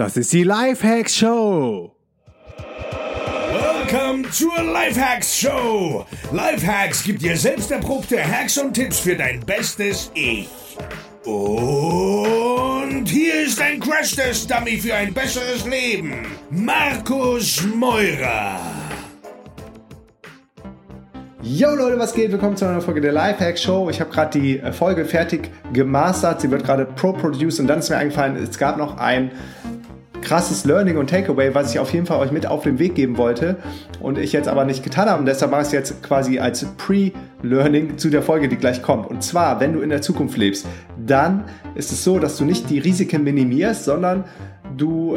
Das ist die Lifehacks Show. Welcome zur Lifehacks Show. Lifehacks gibt dir selbst erprobte Hacks und Tipps für dein bestes Ich. Und hier ist ein Crash-Test-Dummy für ein besseres Leben. Markus Meurer. Yo Leute, was geht? Willkommen zu einer Folge der Lifehacks Show. Ich habe gerade die Folge fertig gemastert. Sie wird gerade pro-produced und dann ist mir eingefallen, es gab noch ein krasses Learning und Takeaway, was ich auf jeden Fall euch mit auf den Weg geben wollte und ich jetzt aber nicht getan habe und deshalb mache ich es jetzt quasi als Pre-Learning zu der Folge, die gleich kommt. Und zwar, wenn du in der Zukunft lebst, dann ist es so, dass du nicht die Risiken minimierst, sondern du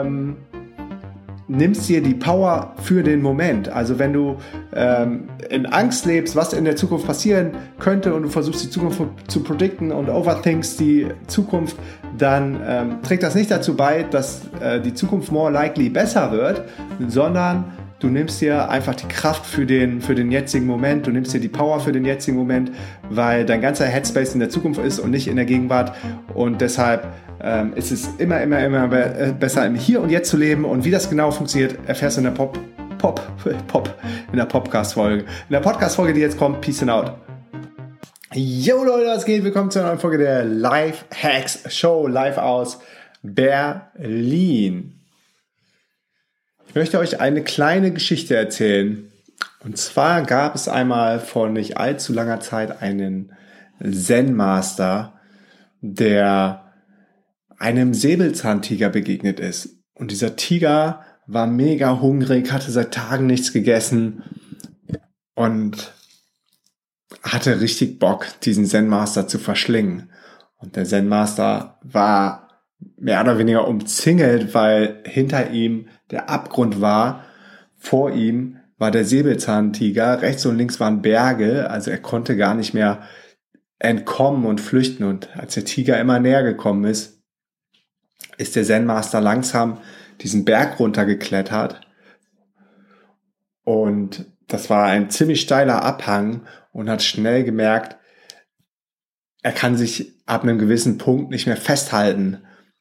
nimmst dir die Power für den Moment. Also wenn du in Angst lebst, was in der Zukunft passieren könnte und du versuchst die Zukunft zu predikten und overthinkst die Zukunft, dann trägt das nicht dazu bei, dass die Zukunft more likely besser wird, sondern du nimmst dir einfach die Kraft für den jetzigen Moment, du nimmst dir die Power für den jetzigen Moment, weil dein ganzer Headspace in der Zukunft ist und nicht in der Gegenwart und deshalb ist es immer besser im Hier und Jetzt zu leben und wie das genau funktioniert, erfährst du in der in der Podcast-Folge. In der Podcast-Folge, die jetzt kommt, Peace and out. Yo Leute, was geht? Willkommen zu einer neuen Folge der Lifehacks Show, live aus Berlin. Ich möchte euch eine kleine Geschichte erzählen. Und zwar gab es einmal vor nicht allzu langer Zeit einen Zen-Master, der einem Säbelzahntiger begegnet ist. Und dieser Tiger war mega hungrig, hatte seit Tagen nichts gegessen und hatte richtig Bock, diesen Zen-Master zu verschlingen. Und der Zen-Master war mehr oder weniger umzingelt, weil hinter ihm der Abgrund war. Vor ihm war der Säbelzahntiger, rechts und links waren Berge, also er konnte gar nicht mehr entkommen und flüchten. Und als der Tiger immer näher gekommen ist der Zen-Master langsam diesen Berg runtergeklettert. Und das war ein ziemlich steiler Abhang und hat schnell gemerkt, er kann sich ab einem gewissen Punkt nicht mehr festhalten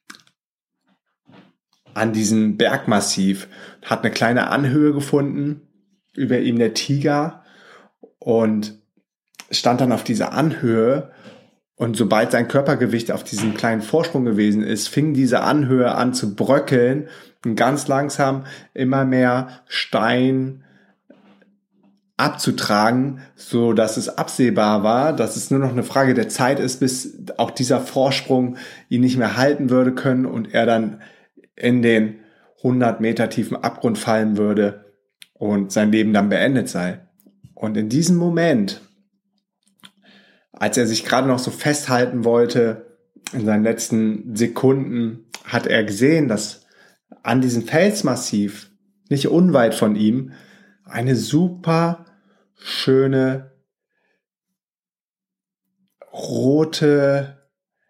an diesem Bergmassiv. Hat eine kleine Anhöhe gefunden, über ihm der Tiger und stand dann auf dieser Anhöhe. Und sobald sein Körpergewicht auf diesem kleinen Vorsprung gewesen ist, fing diese Anhöhe an zu bröckeln und ganz langsam immer mehr Stein abzutragen, so dass es absehbar war, dass es nur noch eine Frage der Zeit ist, bis auch dieser Vorsprung ihn nicht mehr halten würde können und er dann in den 100 Meter tiefen Abgrund fallen würde und sein Leben dann beendet sei. Und in diesem Moment, als er sich gerade noch so festhalten wollte, in seinen letzten Sekunden, hat er gesehen, dass an diesem Felsmassiv, nicht unweit von ihm, eine super schöne, rote,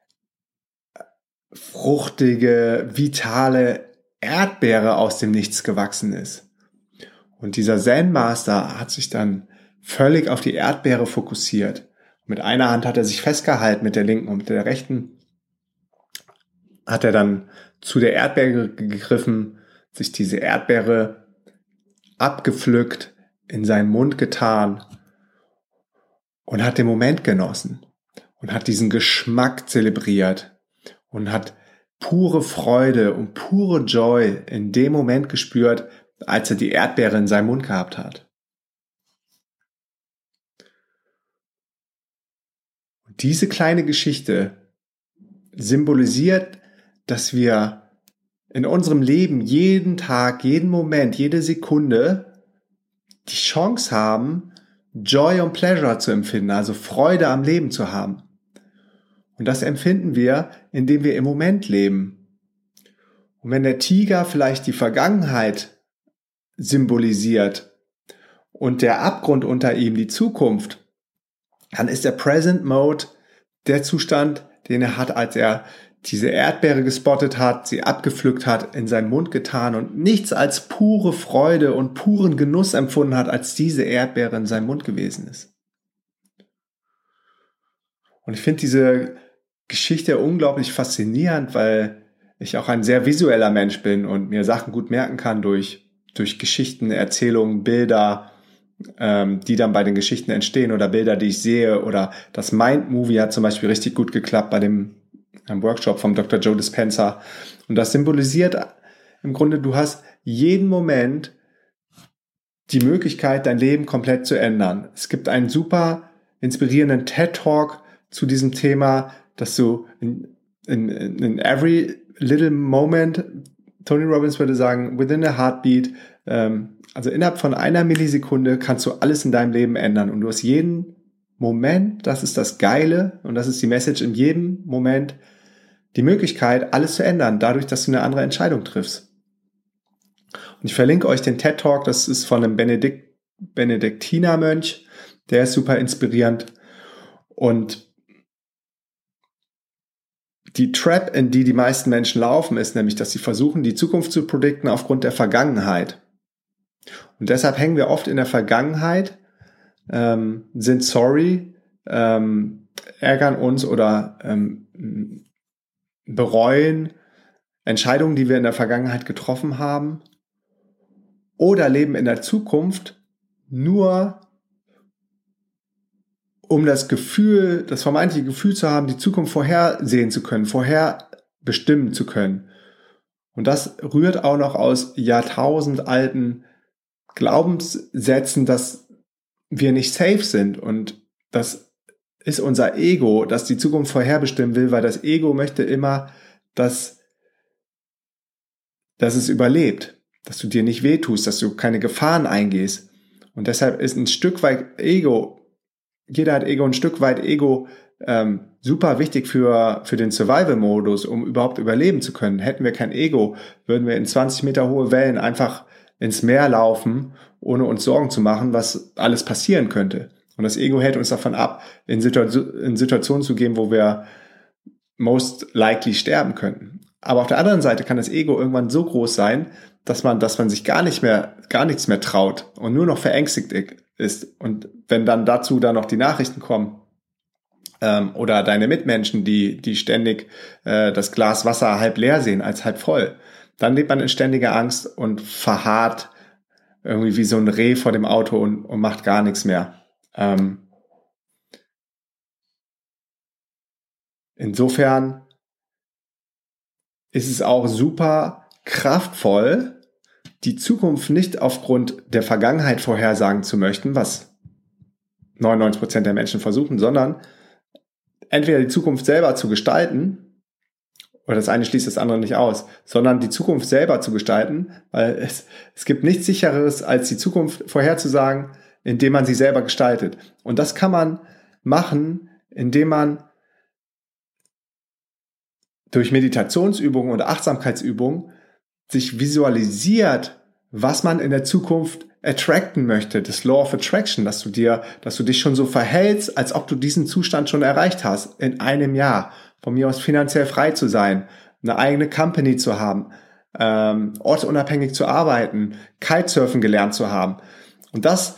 fruchtige, vitale Erdbeere aus dem Nichts gewachsen ist. Und dieser Zen-Master hat sich dann völlig auf die Erdbeere fokussiert. Mit einer Hand hat er sich festgehalten, mit der linken und mit der rechten hat er dann zu der Erdbeere gegriffen, sich diese Erdbeere abgepflückt, in seinen Mund getan und hat den Moment genossen und hat diesen Geschmack zelebriert und hat pure Freude und pure Joy in dem Moment gespürt, als er die Erdbeere in seinem Mund gehabt hat. Und diese kleine Geschichte symbolisiert, dass wir in unserem Leben jeden Tag, jeden Moment, jede Sekunde die Chance haben, Joy und Pleasure zu empfinden, also Freude am Leben zu haben. Und das empfinden wir, indem wir im Moment leben. Und wenn der Tiger vielleicht die Vergangenheit symbolisiert und der Abgrund unter ihm die Zukunft, dann ist der Present Mode der Zustand, den er hat, als er diese Erdbeere gespottet hat, sie abgepflückt hat, in seinen Mund getan und nichts als pure Freude und puren Genuss empfunden hat, als diese Erdbeere in seinem Mund gewesen ist. Und ich finde diese Geschichte unglaublich faszinierend, weil ich auch ein sehr visueller Mensch bin und mir Sachen gut merken kann durch Geschichten, Erzählungen, Bilder, die dann bei den Geschichten entstehen oder Bilder, die ich sehe, oder das Mind-Movie hat zum Beispiel richtig gut geklappt bei dem Workshop vom Dr. Joe Dispenza. Und das symbolisiert im Grunde, du hast jeden Moment die Möglichkeit, dein Leben komplett zu ändern. Es gibt einen super inspirierenden TED-Talk zu diesem Thema, dass du in every little moment, Tony Robbins würde sagen, within a heartbeat, also innerhalb von einer Millisekunde kannst du alles in deinem Leben ändern. Und du hast jeden Moment, das ist das Geile und das ist die Message, in jedem Moment die Möglichkeit, alles zu ändern, dadurch, dass du eine andere Entscheidung triffst. Und ich verlinke euch den TED-Talk, das ist von einem Benediktinermönch, der ist super inspirierend. Und die Trap, in die meisten Menschen laufen, ist nämlich, dass sie versuchen, die Zukunft zu predikten aufgrund der Vergangenheit. Und deshalb hängen wir oft in der Vergangenheit, sind sorry, ärgern uns oder bereuen Entscheidungen, die wir in der Vergangenheit getroffen haben, oder leben in der Zukunft nur um das vermeintliche Gefühl zu haben, die Zukunft vorhersehen zu können, vorherbestimmen zu können. Und das rührt auch noch aus jahrtausendalten Glaubenssätzen, dass wir nicht safe sind. Und das ist unser Ego, das die Zukunft vorherbestimmen will, weil das Ego möchte immer, dass es überlebt, dass du dir nicht wehtust, dass du keine Gefahren eingehst. Und deshalb ist ein Stück weit Ego, jeder hat Ego, ein Stück weit Ego super wichtig für den Survival-Modus, um überhaupt überleben zu können. Hätten wir kein Ego, würden wir in 20 Meter hohe Wellen einfach ins Meer laufen, ohne uns Sorgen zu machen, was alles passieren könnte. Und das Ego hält uns davon ab, in Situationen zu gehen, wo wir most likely sterben könnten. Aber auf der anderen Seite kann das Ego irgendwann so groß sein, dass man sich gar nichts mehr traut und nur noch verängstigt ist. Und wenn dann dazu noch die Nachrichten kommen, oder deine Mitmenschen, die ständig das Glas Wasser halb leer sehen als halb voll, dann lebt man in ständiger Angst und verharrt irgendwie wie so ein Reh vor dem Auto und macht gar nichts mehr. Insofern ist es auch super kraftvoll, die Zukunft nicht aufgrund der Vergangenheit vorhersagen zu möchten, was 99% der Menschen versuchen, sondern entweder die Zukunft selber zu gestalten, oder das eine schließt das andere nicht aus, sondern die Zukunft selber zu gestalten, weil es gibt nichts Sicheres, als die Zukunft vorherzusagen, indem man sie selber gestaltet. Und das kann man machen, indem man durch Meditationsübungen oder Achtsamkeitsübungen sich visualisiert, was man in der Zukunft attracten möchte, das Law of Attraction, dass du dich schon so verhältst, als ob du diesen Zustand schon erreicht hast, in einem Jahr, von mir aus finanziell frei zu sein, eine eigene Company zu haben, ortsunabhängig zu arbeiten, Kitesurfen gelernt zu haben. Und das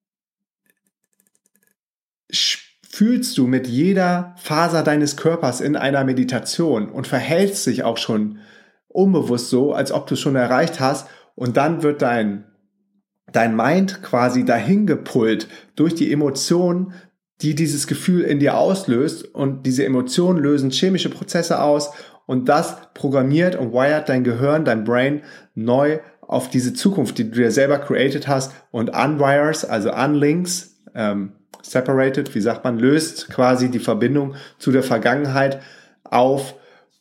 fühlst du mit jeder Faser deines Körpers in einer Meditation und verhältst dich auch schon unbewusst so, als ob du es schon erreicht hast, und dann wird dein Mind quasi dahin gepullt durch die Emotionen, die dieses Gefühl in dir auslöst, und diese Emotionen lösen chemische Prozesse aus, und das programmiert und wired dein Gehirn, dein Brain neu auf diese Zukunft, die du dir selber created hast, und unwires, also unlinks, separated, wie sagt man, löst quasi die Verbindung zu der Vergangenheit auf,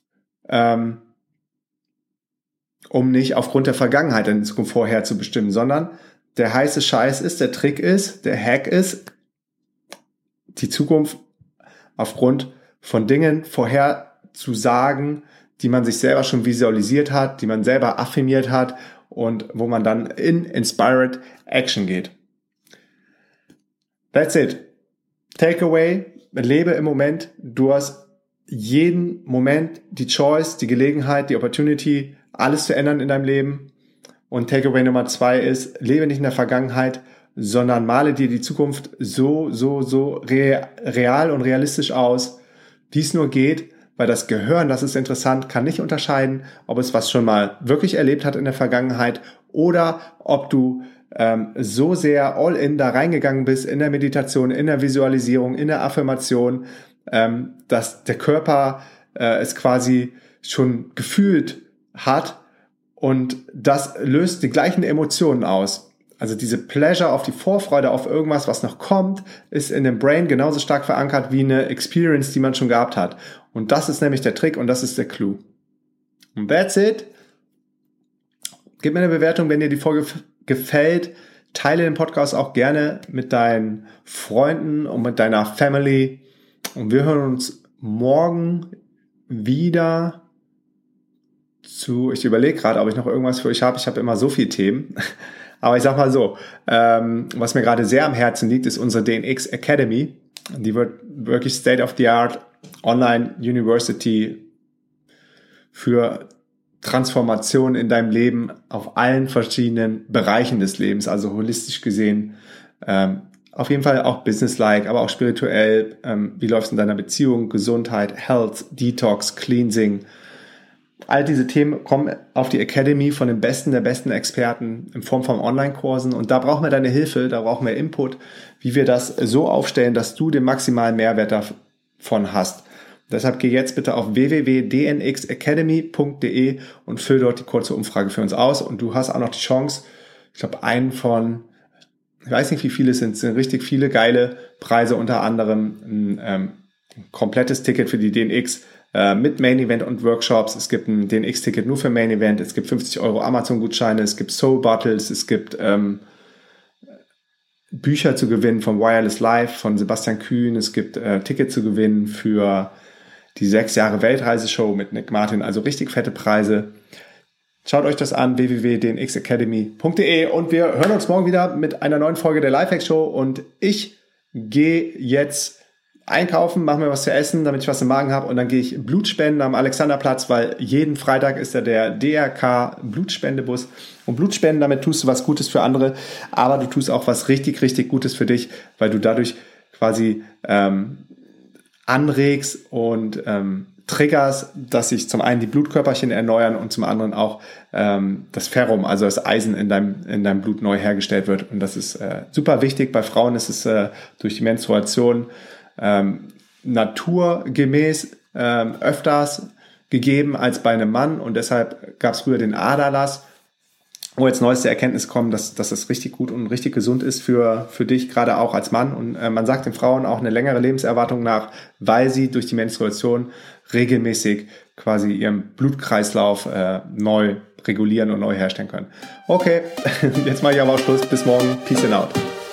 um nicht aufgrund der Vergangenheit in Zukunft vorher zu bestimmen, sondern der heiße Scheiß ist, der Trick ist, der Hack ist, die Zukunft aufgrund von Dingen vorherzusagen, die man sich selber schon visualisiert hat, die man selber affirmiert hat und wo man dann in Inspired Action geht. That's it. Takeaway, lebe im Moment. Du hast jeden Moment die Choice, die Gelegenheit, die Opportunity, alles zu ändern in deinem Leben. Und Takeaway Nummer 2 ist, lebe nicht in der Vergangenheit, sondern male dir die Zukunft so real und realistisch aus, wie es nur geht, weil das Gehirn, das ist interessant, kann nicht unterscheiden, ob es was schon mal wirklich erlebt hat in der Vergangenheit oder ob du so sehr all in da reingegangen bist in der Meditation, in der Visualisierung, in der Affirmation, dass der Körper es quasi schon gefühlt hat und das löst die gleichen Emotionen aus. Also diese Pleasure auf die Vorfreude auf irgendwas, was noch kommt, ist in dem Brain genauso stark verankert wie eine Experience, die man schon gehabt hat. Und das ist nämlich der Trick und das ist der Clou. Und that's it. Gib mir eine Bewertung, wenn dir die Folge gefällt. Teile den Podcast auch gerne mit deinen Freunden und mit deiner Family. Und wir hören uns morgen wieder ich überlege gerade, ob ich noch irgendwas für euch habe. Ich habe immer so viele Themen. Aber ich sag mal so, was mir gerade sehr am Herzen liegt, ist unsere DNX Academy. Die wird wirklich State-of-the-Art Online University für Transformation in deinem Leben auf allen verschiedenen Bereichen des Lebens, also holistisch gesehen, auf jeden Fall auch businesslike, aber auch spirituell, wie läuft es in deiner Beziehung, Gesundheit, Health, Detox, Cleansing. All diese Themen kommen auf die Academy von den Besten der besten Experten in Form von Online-Kursen und da brauchen wir deine Hilfe, da brauchen wir Input, wie wir das so aufstellen, dass du den maximalen Mehrwert davon hast. Deshalb geh jetzt bitte auf www.dnxacademy.de und füll dort die kurze Umfrage für uns aus und du hast auch noch die Chance, ich glaube einen von, ich weiß nicht wie viele es sind richtig viele geile Preise, unter anderem ein komplettes Ticket für die DNX mit Main Event und Workshops. Es gibt ein DNX-Ticket nur für Main Event, es gibt 50 € Amazon-Gutscheine, es gibt Soul Battles, es gibt Bücher zu gewinnen von Wireless Life, von Sebastian Kühn, es gibt Ticket zu gewinnen für die 6 Jahre Weltreiseshow mit Nick Martin, also richtig fette Preise. Schaut euch das an, www.dnxacademy.de und wir hören uns morgen wieder mit einer neuen Folge der Lifehacks Show und ich gehe jetzt einkaufen, mache mir was zu essen, damit ich was im Magen habe und dann gehe ich Blut spenden am Alexanderplatz, weil jeden Freitag ist da der DRK Blutspendebus und Blutspenden, damit tust du was Gutes für andere, aber du tust auch was richtig, richtig Gutes für dich, weil du dadurch quasi anregst und triggerst, dass sich zum einen die Blutkörperchen erneuern und zum anderen auch das Ferrum, also das Eisen in deinem Blut neu hergestellt wird. Und das ist super wichtig. Bei Frauen ist es durch die Menstruation naturgemäß öfters gegeben als bei einem Mann. Und deshalb gab es früher den Aderlass, wo jetzt neueste Erkenntnis kommen, dass das richtig gut und richtig gesund ist für dich, gerade auch als Mann. Und man sagt den Frauen auch eine längere Lebenserwartung nach, weil sie durch die Menstruation regelmäßig quasi ihren Blutkreislauf neu regulieren und neu herstellen können. Okay, jetzt mache ich aber auch Schluss. Bis morgen. Peace and out.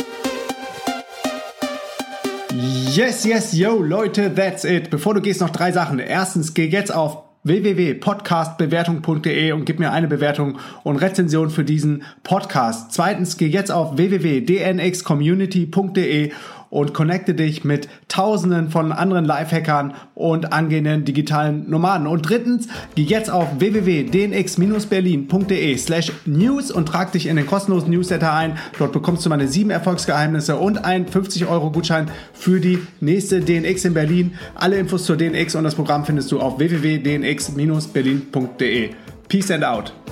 Yes, yo, Leute, that's it. Bevor du gehst, noch 3 Sachen. Erstens, geh jetzt auf www.podcastbewertung.de und gib mir eine Bewertung und Rezension für diesen Podcast. Zweitens, geh jetzt auf www.dnxcommunity.de und connecte dich mit Tausenden von anderen Lifehackern und angehenden digitalen Nomaden. Und drittens, geh jetzt auf www.dnx-berlin.de/news und trag dich in den kostenlosen Newsletter ein. Dort bekommst du meine 7 Erfolgsgeheimnisse und einen 50-€ für die nächste DNX in Berlin. Alle Infos zur DNX und das Programm findest du auf www.dnx-berlin.de. Peace and out.